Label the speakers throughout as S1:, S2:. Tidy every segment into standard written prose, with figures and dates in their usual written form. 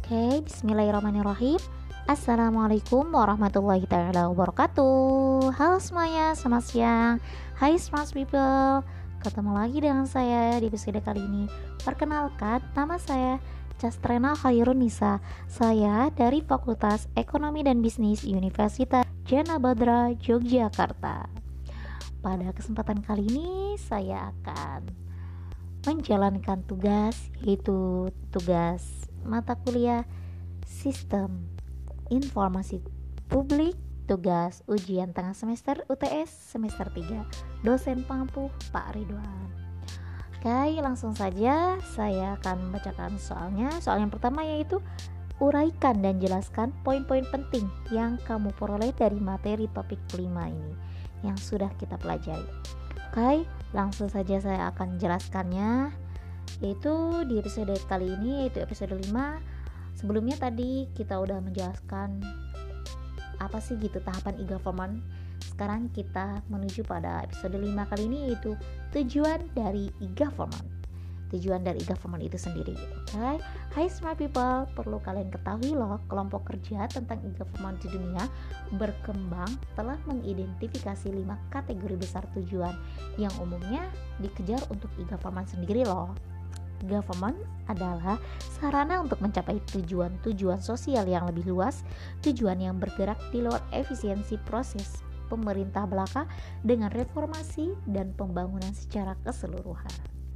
S1: Oke, bismillahirrahmanirrahim. Assalamualaikum warahmatullahi taala wabarakatuh. Halo semuanya, selamat siang. Hai smart people, ketemu lagi dengan saya di episode kali ini. Perkenalkan, nama saya Castrena Khairun Nisa. Saya dari Fakultas Ekonomi dan Bisnis Universitas Jana Badra, Yogyakarta. Pada kesempatan kali ini saya akan menjalankan tugas, yaitu tugas mata kuliah Sistem Informasi Publik, tugas ujian tengah semester UTS semester 3, dosen pengampu Pak Ridwan. Oke, langsung saja saya akan membacakan soalnya. Soal yang pertama yaitu uraikan dan jelaskan poin-poin penting yang kamu peroleh dari materi topik 5 ini yang sudah kita pelajari. Oke, langsung saja saya akan jelaskannya, yaitu di episode kali ini, yaitu episode 5. Sebelumnya tadi kita udah menjelaskan apa sih gitu tahapan e-government. Sekarang kita menuju pada episode 5 kali ini, yaitu tujuan dari e-government. Tujuan dari e-government itu sendiri. Okay? Hai smart people, perlu kalian ketahui loh, kelompok kerja tentang e-government di dunia berkembang telah mengidentifikasi 5 kategori besar tujuan yang umumnya dikejar untuk e-government sendiri loh. Government adalah sarana untuk mencapai tujuan-tujuan sosial yang lebih luas, tujuan yang bergerak di luar efisiensi proses pemerintah belaka dengan reformasi dan pembangunan secara keseluruhan.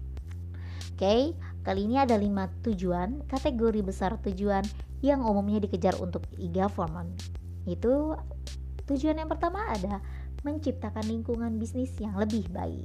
S1: Oke, kali ini ada 5 tujuan, kategori besar tujuan yang umumnya dikejar untuk e-government. Itu tujuan yang pertama ada menciptakan lingkungan bisnis yang lebih baik.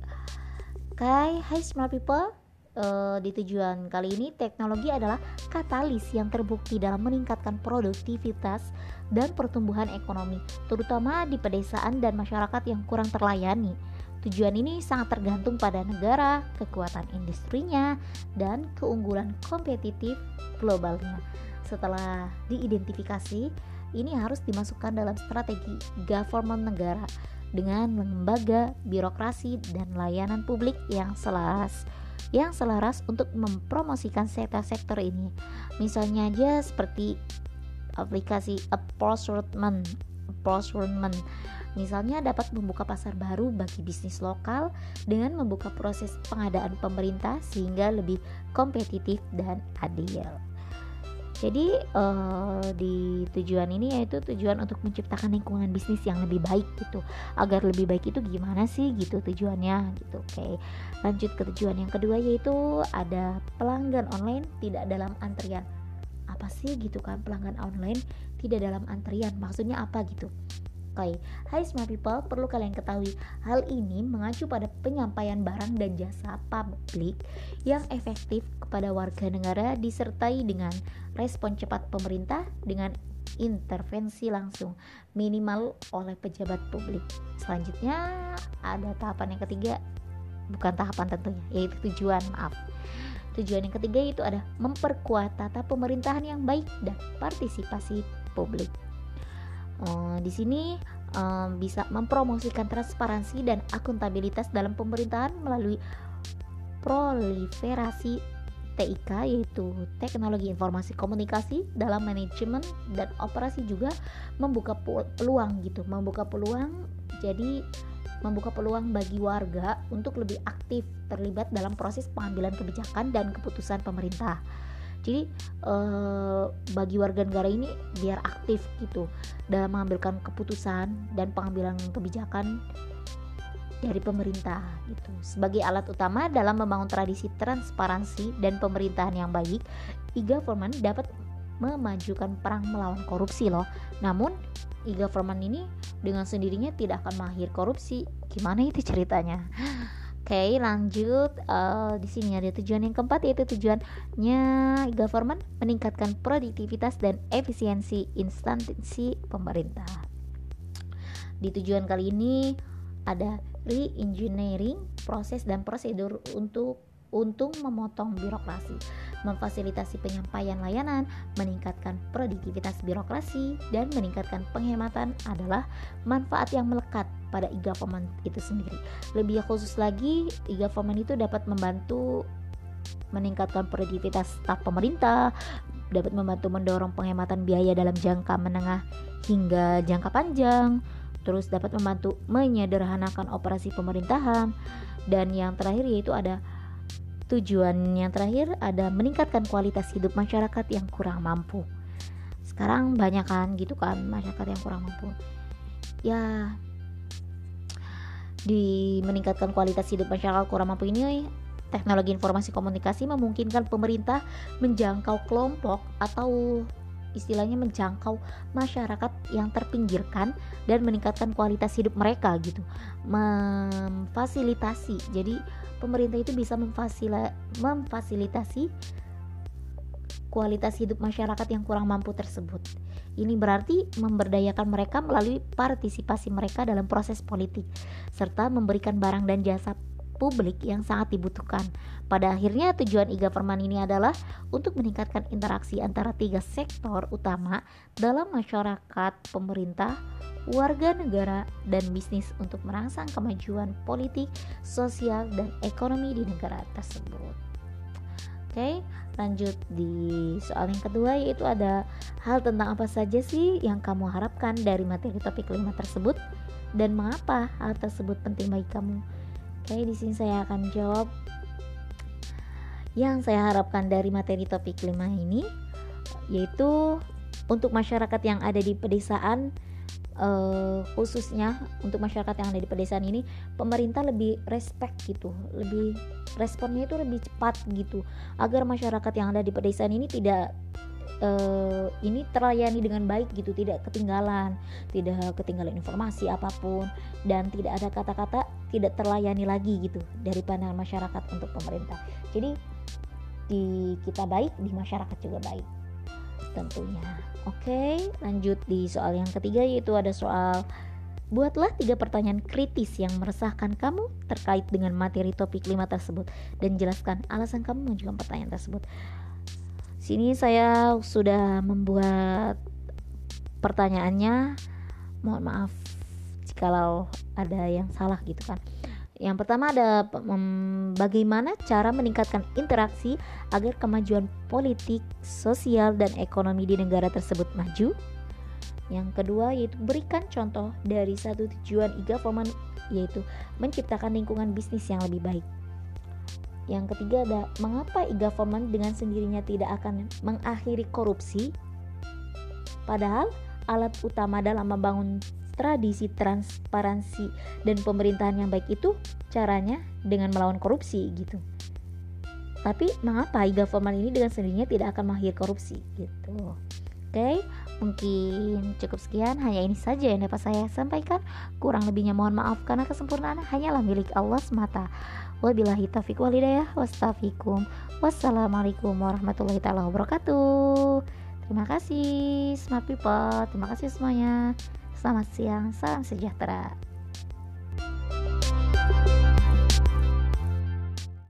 S1: Oke, hai smart people. Di tujuan kali ini, teknologi adalah katalis yang terbukti dalam meningkatkan produktivitas dan pertumbuhan ekonomi, terutama di pedesaan dan masyarakat yang kurang terlayani. Tujuan ini sangat tergantung pada negara, kekuatan industrinya, dan keunggulan kompetitif globalnya. Setelah diidentifikasi, ini harus dimasukkan dalam strategi government negara dengan lembaga, birokrasi, dan layanan publik yang selaras untuk mempromosikan sektor-sektor ini. Misalnya aja seperti aplikasi apportionment misalnya dapat membuka pasar baru bagi bisnis lokal dengan membuka proses pengadaan pemerintah sehingga lebih kompetitif dan adil. Jadi di tujuan ini yaitu tujuan untuk menciptakan lingkungan bisnis yang lebih baik gitu. Agar lebih baik itu gimana sih gitu tujuannya gitu. Oke. Lanjut ke tujuan yang kedua, yaitu ada pelanggan online tidak dalam antrian. Apa sih gitu kan pelanggan online tidak dalam antrian? Maksudnya apa gitu? Oke, hai smart people, perlu kalian ketahui hal ini mengacu pada penyampaian barang dan jasa publik yang efektif kepada warga negara disertai dengan respon cepat pemerintah dengan intervensi langsung minimal oleh pejabat publik. Selanjutnya ada tahapan yang ketiga, bukan tahapan tentunya, yaitu tujuan. Tujuan yang ketiga itu ada memperkuat tata pemerintahan yang baik dan partisipasi publik. Di sini bisa mempromosikan transparansi dan akuntabilitas dalam pemerintahan melalui proliferasi TIK, yaitu teknologi informasi komunikasi dalam manajemen dan operasi, juga membuka peluang bagi warga untuk lebih aktif terlibat dalam proses pengambilan kebijakan dan keputusan pemerintah. Jadi bagi warga negara ini biar aktif gitu dalam mengambilkan keputusan dan pengambilan kebijakan dari pemerintah gitu. Sebagai alat utama dalam membangun tradisi transparansi dan pemerintahan yang baik, e-government dapat memajukan perang melawan korupsi loh. Namun e-government ini dengan sendirinya tidak akan mengakhiri korupsi. Gimana itu ceritanya? Oke, lanjut. Di sini ada tujuan yang keempat, yaitu tujuannya government meningkatkan produktivitas dan efisiensi instansi pemerintah. Di tujuan kali ini ada re-engineering proses dan prosedur untuk memotong birokrasi, memfasilitasi penyampaian layanan, meningkatkan produktivitas birokrasi, dan meningkatkan penghematan adalah manfaat yang melekat pada e-government itu sendiri. Lebih khusus lagi, e-government itu dapat membantu meningkatkan produktivitas staf pemerintah, dapat membantu mendorong penghematan biaya dalam jangka menengah hingga jangka panjang, terus dapat membantu menyederhanakan operasi pemerintahan, dan yang terakhir yaitu ada tujuan yang terakhir ada meningkatkan kualitas hidup masyarakat yang kurang mampu. Sekarang banyak kan gitu kan masyarakat yang kurang mampu. Ya, di meningkatkan kualitas hidup masyarakat kurang mampu ini, teknologi informasi komunikasi memungkinkan pemerintah menjangkau kelompok atau istilahnya menjangkau masyarakat yang terpinggirkan dan meningkatkan kualitas hidup mereka gitu. Memfasilitasi. Jadi pemerintah itu bisa memfasilitasi kualitas hidup masyarakat yang kurang mampu tersebut. Ini berarti memberdayakan mereka melalui partisipasi mereka dalam proses politik, serta memberikan barang dan jasa publik yang sangat dibutuhkan. Pada akhirnya tujuan e-government ini adalah untuk meningkatkan interaksi antara 3 sektor utama dalam masyarakat, pemerintah, warga negara, dan bisnis untuk merangsang kemajuan politik, sosial, dan ekonomi di negara tersebut. Oke, lanjut di soal yang kedua, yaitu ada hal tentang apa saja sih yang kamu harapkan dari materi topik 5 tersebut dan mengapa hal tersebut penting bagi kamu. Oke, di sini saya akan jawab. Yang saya harapkan dari materi topik 5 ini yaitu untuk masyarakat yang ada di pedesaan, khususnya untuk masyarakat yang ada di pedesaan ini, pemerintah lebih respect gitu, lebih responnya itu lebih cepat gitu, agar masyarakat yang ada di pedesaan ini tidak ini terlayani dengan baik gitu, tidak ketinggalan informasi apapun, dan tidak ada kata-kata tidak terlayani lagi gitu dari pandangan masyarakat untuk pemerintah. Jadi di kita baik, di masyarakat juga baik tentunya. Oke, lanjut di soal yang ketiga, yaitu ada soal buatlah 3 pertanyaan kritis yang meresahkan kamu terkait dengan materi topik 5 tersebut dan jelaskan alasan kamu mengajukan pertanyaan tersebut. Sini saya sudah membuat pertanyaannya, mohon maaf jikalau ada yang salah gitu kan. Yang pertama ada bagaimana cara meningkatkan interaksi agar kemajuan politik, sosial, dan ekonomi di negara tersebut maju. Yang kedua yaitu berikan contoh dari satu tujuan e-government, yaitu menciptakan lingkungan bisnis yang lebih baik. Yang ketiga ada mengapa e-government dengan sendirinya tidak akan mengakhiri korupsi, padahal alat utama dalam membangun tradisi transparansi dan pemerintahan yang baik itu caranya dengan melawan korupsi gitu. Tapi mengapa e-government ini dengan sendirinya tidak akan mengakhiri korupsi gitu. Oke, mungkin cukup sekian, hanya ini saja yang dapat saya sampaikan. Kurang lebihnya mohon maaf karena kesempurnaan hanyalah milik Allah semata. Wabillahi taufiq wal hidayah. Wassalamualaikum warahmatullahi wabarakatuh. Terima kasih smart people, terima kasih semuanya. Selamat siang, salam sejahtera.